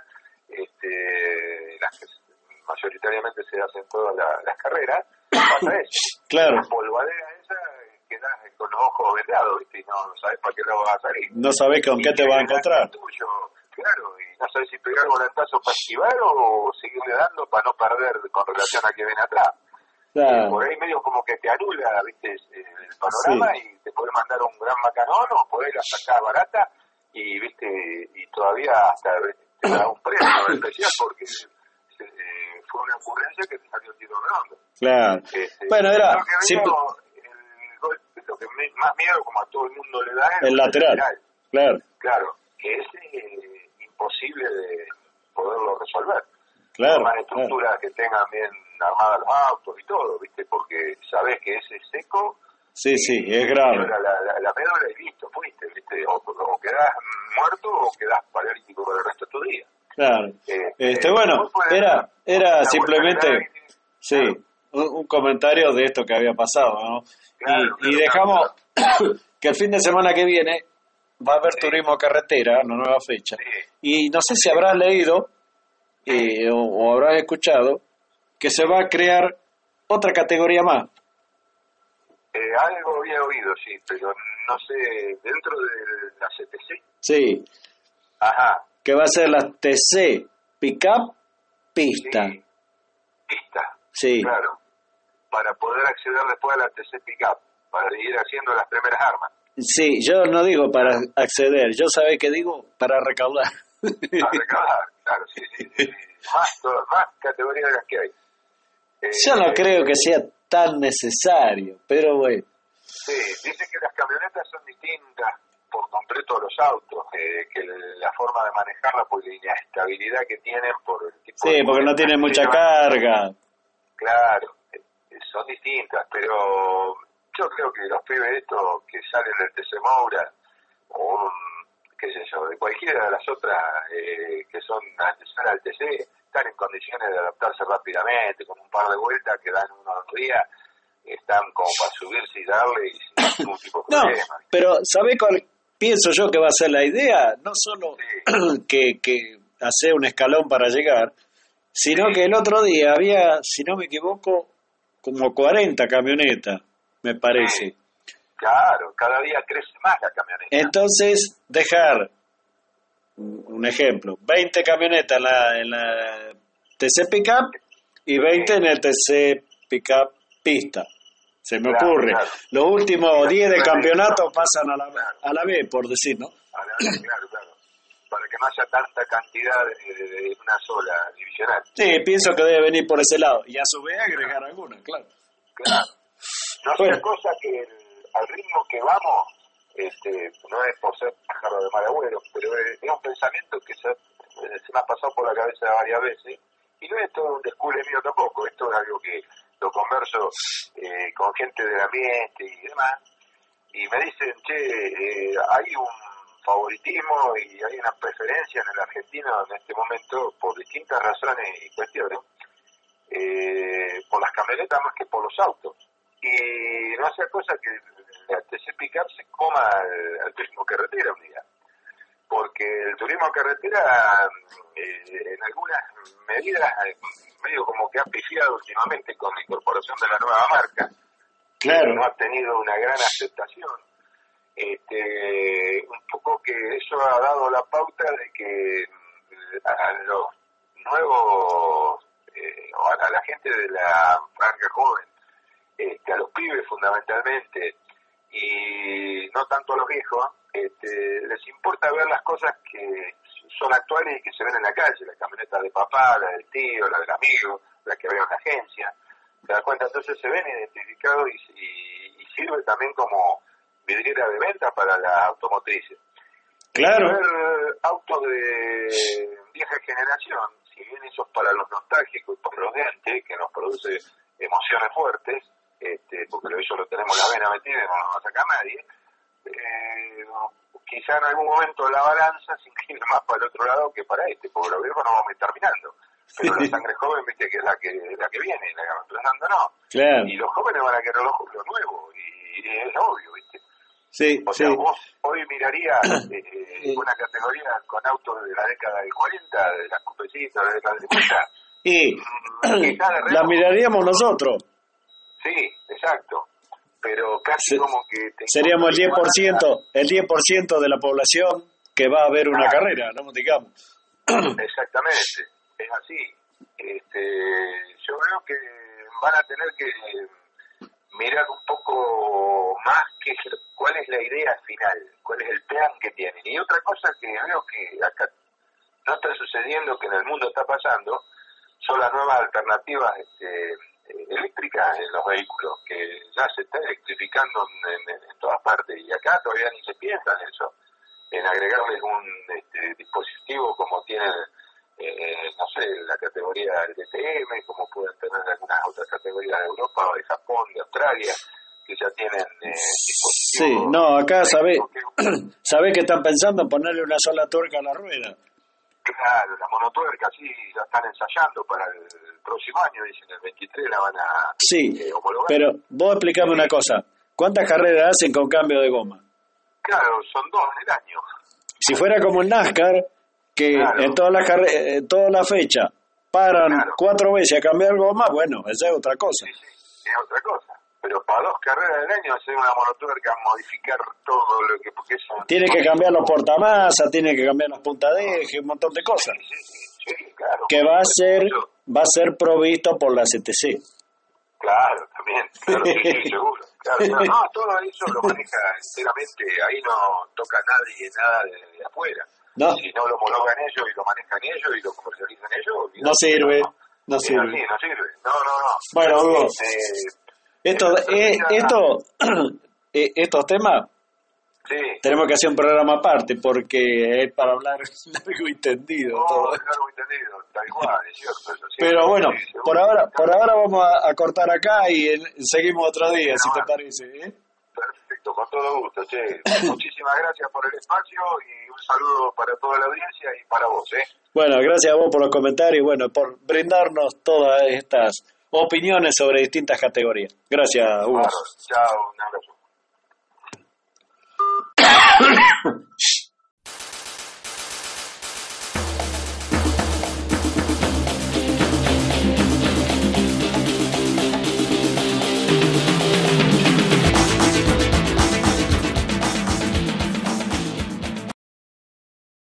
este, las que mayoritariamente se hacen todas la, las carreras, pasa eso. Claro. La polvadera esa quedás con los ojos vendados, ¿viste? Y no sabes para qué lado vas a salir. No sabes con y qué te va a encontrar. Tuyo, claro, y no sabes si pegar volantazo para esquivar o seguirle dando para no perder con relación a que viene atrás. Claro. Eh, por ahí medio como que te anula, ¿viste? El panorama sí. Y te puede mandar un gran macanón o podés la sacar barata y, ¿viste? Y todavía hasta te da un premio especial porque eh, fue una ocurrencia que te salió el tiro redondo. Claro. Este, bueno, era... Lo que, simple... el, lo que me, más miedo, como a todo el mundo le da, es el lateral. lateral. Claro. Claro, que es eh, imposible de poderlo resolver. Claro. Más estructuras claro. que tengan bien armadas los autos y todo, ¿viste? Porque sabés que ese es seco. Sí, y, sí, es grave. La, la, la, la médula y listo, fuiste, ¿viste? O, o quedás muerto o quedás paralítico por el resto de tu día. Claro. Eh, este, eh, bueno, era, era simplemente, sí, un, un comentario de esto que había pasado, ¿no? Claro, y, claro, y dejamos claro. que el fin de semana que viene va a haber sí. turismo carretera, una nueva fecha. Sí. Y no sé si habrás leído eh, o, o habrás escuchado que se va a crear otra categoría más. Eh, algo había oído, sí, pero no sé, dentro de la C T C. Sí. Ajá. Que va a ser la T C Pickup Pista. Sí. Pista. Sí. Claro. Para poder acceder después a la T C Pickup, para ir haciendo las primeras armas. Sí, yo no digo para acceder, yo sabe que digo para recaudar. Para recaudar, claro, sí, sí, sí. Más, todo, más categorías de las que hay. Eh, yo no creo que sea tan necesario, pero bueno. Sí, dicen que las camionetas son distintas por completo a los autos, eh, que la forma de manejarla por la inestabilidad que tienen por el tipo sí, de... porque no tienen mucha carga. Claro, eh, son distintas, pero yo creo que los pibes estos que salen del T C Moura o un, qué sé yo, de cualquiera de las otras eh, que son antecesoras al T C, están en condiciones de adaptarse rápidamente, con un par de vueltas que dan unos días, están como para subirse y darle y sin ningún tipo de no, problema. Pero ¿sabe cuál pienso yo que va a ser la idea? No solo sí. que, que hacer un escalón para llegar, sino sí. que el otro día había, si no me equivoco, como cuarenta camionetas, me parece. Sí. Claro, cada día crece más la camioneta. Entonces, dejar, un ejemplo, veinte camionetas en la, en la T C Pickup y veinte sí. en el T C Pickup Pista. Se me claro, ocurre. Claro. Los últimos diez de campeonato pasan a la, claro. a la B, por decir, ¿no? A la B, claro, claro. Para que no haya tanta cantidad de, de, de una sola divisional. Sí, pienso que debe venir por ese lado. Y a su vez agregar alguna, claro. Claro. No es una cosa que el, al ritmo que vamos, este, no es por ser pájaro de mal agüero, pero es, es un pensamiento que se, se me ha pasado por la cabeza varias veces. Y no es todo un descule mío tampoco, esto es algo que lo converso eh, con gente del ambiente y demás, y me dicen, che, eh, hay un favoritismo y hay una preferencia en el argentino en este momento por distintas razones y cuestiones, eh, por las camionetas más que por los autos. Y no hace cosa que la T C Pickup se coma al, al turismo carretera un día. Porque el turismo carretera, eh, en algunas medidas, eh, medio como que ha pifiado últimamente con la incorporación de la nueva marca. Claro. No ha tenido una gran aceptación. Este, un poco que eso ha dado la pauta de que a los nuevos, eh, o a la gente de la franja joven, este, a los pibes fundamentalmente, y no tanto a los viejos, este, les importa ver las cosas que son actuales y que se ven en la calle, las camionetas de papá, la del tío, la del amigo, las que veo en la agencia, ¿te das cuenta? Entonces se ven identificados y, y, y sirve también como vidriera de venta para la automotriz. Claro. Ver autos de vieja generación, si bien eso es para los nostálgicos y por los dientes, que nos produce emociones fuertes, este, porque eso lo tenemos en la vena metida y no nos va a sacar nadie, eh, quizá en algún momento la balanza se inclina más para el otro lado que para este, porque los viejos no vamos a ir terminando. Pero la sangre joven, viste, que es la que la que viene, la que va reemplazando, no. Claro. Y los jóvenes van a querer lo, lo nuevo, y, y es obvio, viste. Sí, o sea, sí. vos hoy mirarías eh, una categoría con autos de la década del cuarenta, de las cupecitas, de la década del cincuenta. Y Mm, la miraríamos nosotros. Sí, exacto. Pero casi Se, como que... Te seríamos el diez por ciento, el diez por ciento de la población que va a ver una ah, carrera, no digamos. Exactamente, es así. Este, yo creo que van a tener que mirar un poco más que cuál es la idea final, cuál es el plan que tienen. Y otra cosa que veo que acá no está sucediendo, que en el mundo está pasando, son las nuevas alternativas este, eléctricas en los vehículos, que ya se está electrificando en, en, en todas partes, y acá todavía ni se piensa en eso, en agregarles un este, dispositivo como tienen, eh, no sé, la categoría del D T M, como pueden tener algunas otras categorías de Europa, o de Japón, de Australia, que ya tienen eh, dispositivos. Sí, no, acá sabe, que... sabe que están pensando en ponerle una sola tuerca a la rueda. Claro, la monotuerca sí, la están ensayando para el próximo año, dicen el veintitrés la van a sí, eh, homologar. Pero vos explícame una cosa, ¿cuántas carreras hacen con cambio de goma? Claro, son dos en el año. Si fuera como el NASCAR, que claro. en todas las carre- en toda la fecha paran claro. cuatro veces a cambiar goma, bueno, esa es otra cosa. Sí, sí, es otra cosa. Pero para dos carreras del año hacer una monotuerca, modificar todo lo que... Porque eso, tiene que cambiar los portamasas, tiene que cambiar las puntas de eje, un montón de cosas. Sí, sí, sí, claro. Que va a ser va a ser provisto por la C T C. Claro, también, claro, sí, sí, seguro. Claro, claro. No, todo eso lo maneja enteramente, ahí no toca nadie nada de, de afuera. No. Si no lo homologan ellos y lo manejan ellos y lo comercializan ellos... No sirve, no, no sirve. Sí, no sirve, no, no, no. Bueno, Hugo, eh, esto, eh, esto, eh, estos temas sí. tenemos que hacer un programa aparte porque es para hablar largo y tendido. No, todo. largo y tendido, tal cual, es cierto. Eso, sí, Pero bueno, sí, por ahora por ahora vamos a, a cortar acá y en, seguimos otro día, bueno, si te parece. ¿eh? Perfecto, con todo gusto. Che. Muchísimas gracias por el espacio y un saludo para toda la audiencia y para vos. ¿eh? Bueno, gracias a vos por los comentarios y bueno, por brindarnos todas estas opiniones sobre distintas categorías. Gracias, Hugo. Claro, chao, un abrazo.